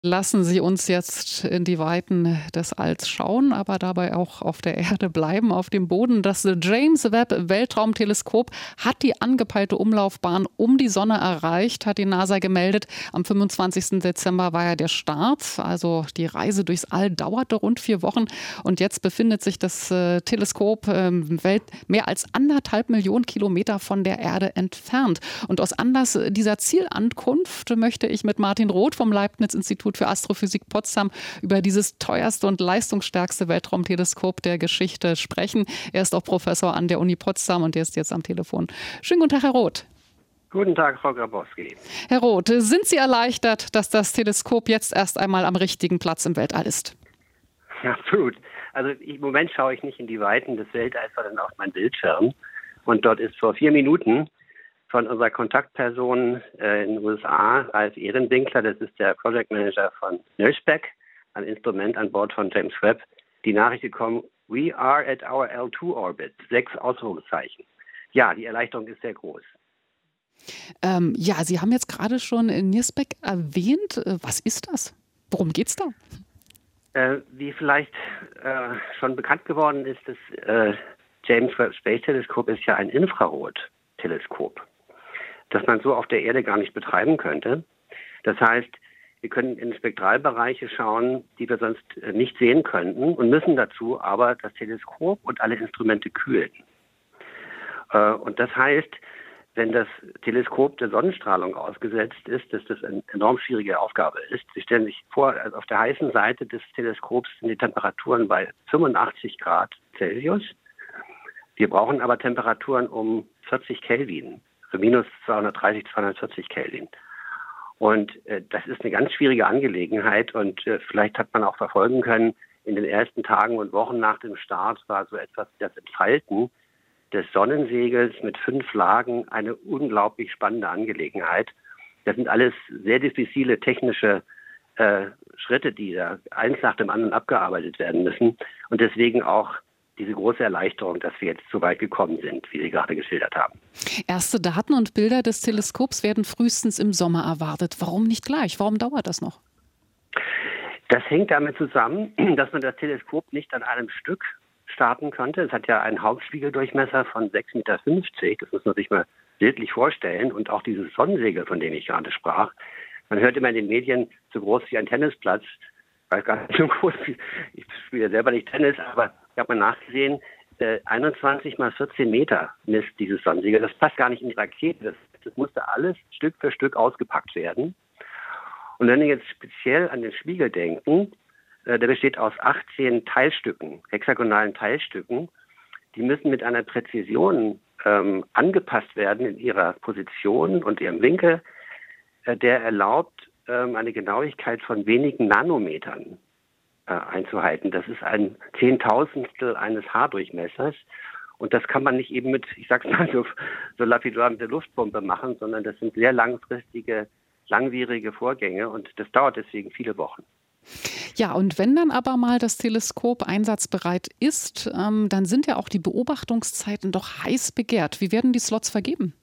Lassen Sie uns jetzt in die Weiten des Alls schauen, aber dabei auch auf der Erde bleiben, auf dem Boden. Das James Webb Weltraumteleskop hat die angepeilte Umlaufbahn um die Sonne erreicht, hat die NASA gemeldet. Am 25. Dezember war ja der Start. Also die Reise durchs All dauerte rund 4 Wochen. Und jetzt befindet sich das Teleskop mehr als 1,5 Millionen Kilometer von der Erde entfernt. Und aus Anlass dieser Zielankunft möchte ich mit Martin Roth vom Leibniz-Institut für Astrophysik Potsdam über dieses teuerste und leistungsstärkste Weltraumteleskop der Geschichte sprechen. Er ist auch Professor an der Uni Potsdam und er ist jetzt am Telefon. Schönen guten Tag, Herr Roth. Guten Tag, Frau Grabowski. Herr Roth, sind Sie erleichtert, dass das Teleskop jetzt erst einmal am richtigen Platz im Weltall ist? Ja, absolut. Also im Moment schaue ich nicht in die Weiten des Weltalls, sondern auf meinen Bildschirm. Und dort ist vor 4 Minuten von unserer Kontaktperson in den USA, Ralf Ehrenwinkler, das ist der Project Manager von NIRSPEC, ein Instrument an Bord von James Webb, die Nachricht gekommen, we are at our L2 orbit, 6 Ausrufezeichen. Ja, die Erleichterung ist sehr groß. Sie haben jetzt gerade schon NIRSPEC erwähnt. Was ist das? Worum geht's da? Wie vielleicht schon bekannt geworden ist, das James Webb Space Teleskop ist ja ein Infrarotteleskop, das man so auf der Erde gar nicht betreiben könnte. Das heißt, wir können in Spektralbereiche schauen, die wir sonst nicht sehen könnten und müssen dazu aber das Teleskop und alle Instrumente kühlen. Und das heißt, wenn das Teleskop der Sonnenstrahlung ausgesetzt ist, dass das eine enorm schwierige Aufgabe ist. Sie stellen sich vor, also auf der heißen Seite des Teleskops sind die Temperaturen bei 85 Grad Celsius. Wir brauchen aber Temperaturen um 40 Kelvin. Also minus 230, 240 Kelvin. Und das ist eine ganz schwierige Angelegenheit und vielleicht hat man auch verfolgen können, in den ersten Tagen und Wochen nach dem Start war so etwas das Entfalten des Sonnensegels mit 5 Lagen eine unglaublich spannende Angelegenheit. Das sind alles sehr diffizile technische Schritte, die da eins nach dem anderen abgearbeitet werden müssen und deswegen auch diese große Erleichterung, dass wir jetzt so weit gekommen sind, wie Sie gerade geschildert haben. Erste Daten und Bilder des Teleskops werden frühestens im Sommer erwartet. Warum nicht gleich? Warum dauert das noch? Das hängt damit zusammen, dass man das Teleskop nicht an einem Stück starten konnte. Es hat ja einen Hauptspiegeldurchmesser von 6,50 Meter. Das muss man sich mal bildlich vorstellen. Und auch dieses Sonnensegel, von dem ich gerade sprach. Man hört immer in den Medien, so groß wie ein Tennisplatz. Ich weiß gar nicht, so groß wie, ich spiele ja selber nicht Tennis, aber ich habe mal nachgesehen, 21 mal 14 Meter misst dieses Sonnensegel. Das passt gar nicht in die Rakete. Das musste alles Stück für Stück ausgepackt werden. Und wenn wir jetzt speziell an den Spiegel denken, der besteht aus 18 Teilstücken, hexagonalen Teilstücken. Die müssen mit einer Präzision angepasst werden in ihrer Position und ihrem Winkel, der erlaubt, eine Genauigkeit von wenigen Nanometern einzuhalten. Das ist ein Zehntausendstel eines Haardurchmessers. Und das kann man nicht eben mit, ich sag's mal so lapidar mit der Luftpumpe machen, sondern das sind sehr langfristige, langwierige Vorgänge und das dauert deswegen viele Wochen. Ja, und wenn dann aber mal das Teleskop einsatzbereit ist, dann sind ja auch die Beobachtungszeiten doch heiß begehrt. Wie werden die Slots vergeben?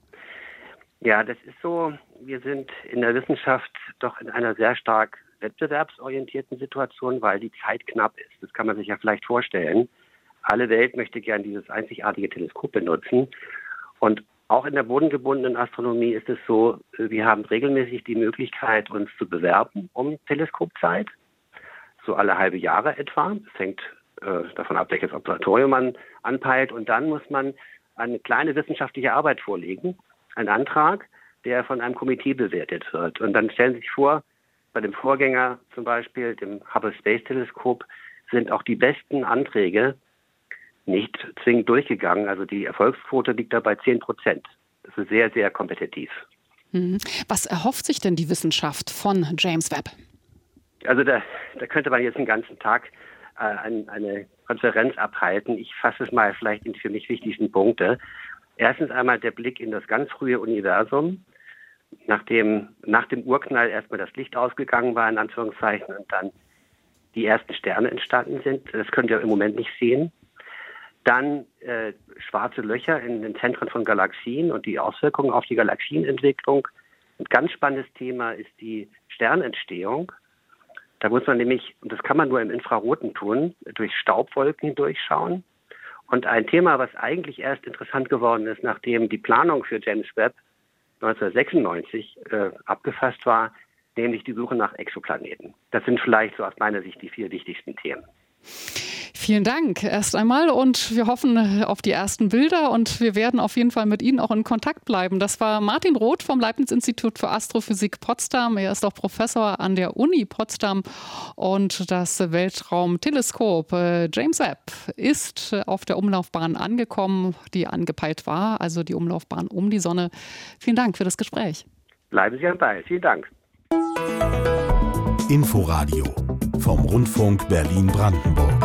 Ja, das ist so, wir sind in der Wissenschaft doch in einer sehr stark wettbewerbsorientierten Situation, weil die Zeit knapp ist. Das kann man sich ja vielleicht vorstellen. Alle Welt möchte gern dieses einzigartige Teleskop benutzen. Und auch in der bodengebundenen Astronomie ist es so, wir haben regelmäßig die Möglichkeit, uns zu bewerben um Teleskopzeit. So alle halbe Jahre etwa. Das hängt davon ab, welches Observatorium man anpeilt. Und dann muss man eine kleine wissenschaftliche Arbeit vorlegen, einen Antrag, der von einem Komitee bewertet wird. Und dann stellen Sie sich vor, bei dem Vorgänger zum Beispiel, dem Hubble Space Teleskop, sind auch die besten Anträge nicht zwingend durchgegangen. Also die Erfolgsquote liegt da bei 10%. Das ist sehr, sehr kompetitiv. Was erhofft sich denn die Wissenschaft von James Webb? Also da könnte man jetzt den ganzen Tag eine Konferenz abhalten. Ich fasse es mal vielleicht in die für mich wichtigsten Punkte. Erstens einmal der Blick in das ganz frühe Universum, nachdem nach dem Urknall erstmal das Licht ausgegangen war, in Anführungszeichen, und dann die ersten Sterne entstanden sind. Das könnt ihr im Moment nicht sehen. Dann schwarze Löcher in den Zentren von Galaxien und die Auswirkungen auf die Galaxienentwicklung. Ein ganz spannendes Thema ist die Sternentstehung. Da muss man nämlich, und das kann man nur im Infraroten tun, durch Staubwolken hindurchschauen. Und ein Thema, was eigentlich erst interessant geworden ist, nachdem die Planung für James Webb 1996 abgefasst war, nämlich die Suche nach Exoplaneten. Das sind vielleicht so aus meiner Sicht die 4 wichtigsten Themen. Vielen Dank erst einmal und wir hoffen auf die ersten Bilder und wir werden auf jeden Fall mit Ihnen auch in Kontakt bleiben. Das war Martin Roth vom Leibniz-Institut für Astrophysik Potsdam. Er ist auch Professor an der Uni Potsdam und das Weltraumteleskop James Webb ist auf der Umlaufbahn angekommen, die angepeilt war, also die Umlaufbahn um die Sonne. Vielen Dank für das Gespräch. Bleiben Sie am Ball. Vielen Dank. Inforadio vom Rundfunk Berlin-Brandenburg.